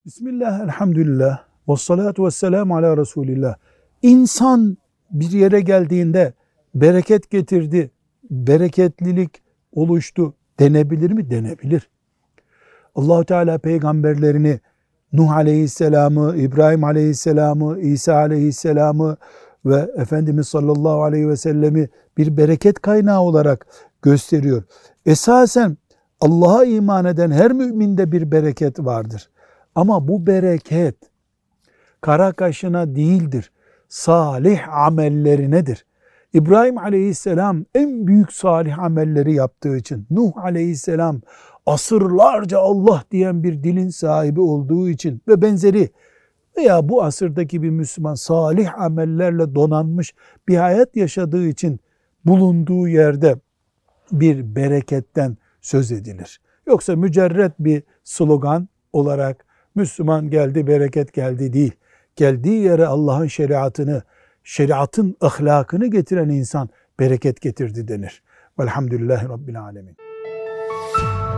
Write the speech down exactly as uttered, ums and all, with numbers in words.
Bismillah, elhamdülillah, ve salatu ve selamu ala Resulillah. İnsan bir yere geldiğinde bereket getirdi, bereketlilik oluştu denebilir mi? Denebilir. Allah-u Teala peygamberlerini, Nuh aleyhisselamı, İbrahim aleyhisselamı, İsa aleyhisselamı ve Efendimiz sallallahu aleyhi ve sellemi bir bereket kaynağı olarak gösteriyor. Esasen Allah'a iman eden her müminde bir bereket vardır. Ama bu bereket kara kaşına değildir, salih amellerinedir. İbrahim aleyhisselam en büyük salih amelleri yaptığı için, Nuh aleyhisselam asırlarca Allah diyen bir dilin sahibi olduğu için ve benzeri veya bu asırdaki bir Müslüman salih amellerle donanmış bir hayat yaşadığı için bulunduğu yerde bir bereketten söz edilir. Yoksa mücerret bir slogan olarak Müslüman geldi, bereket geldi değil. Geldiği yere Allah'ın şeriatını, şeriatın ahlakını getiren insan bereket getirdi denir. Velhamdülillahi Rabbil alemin.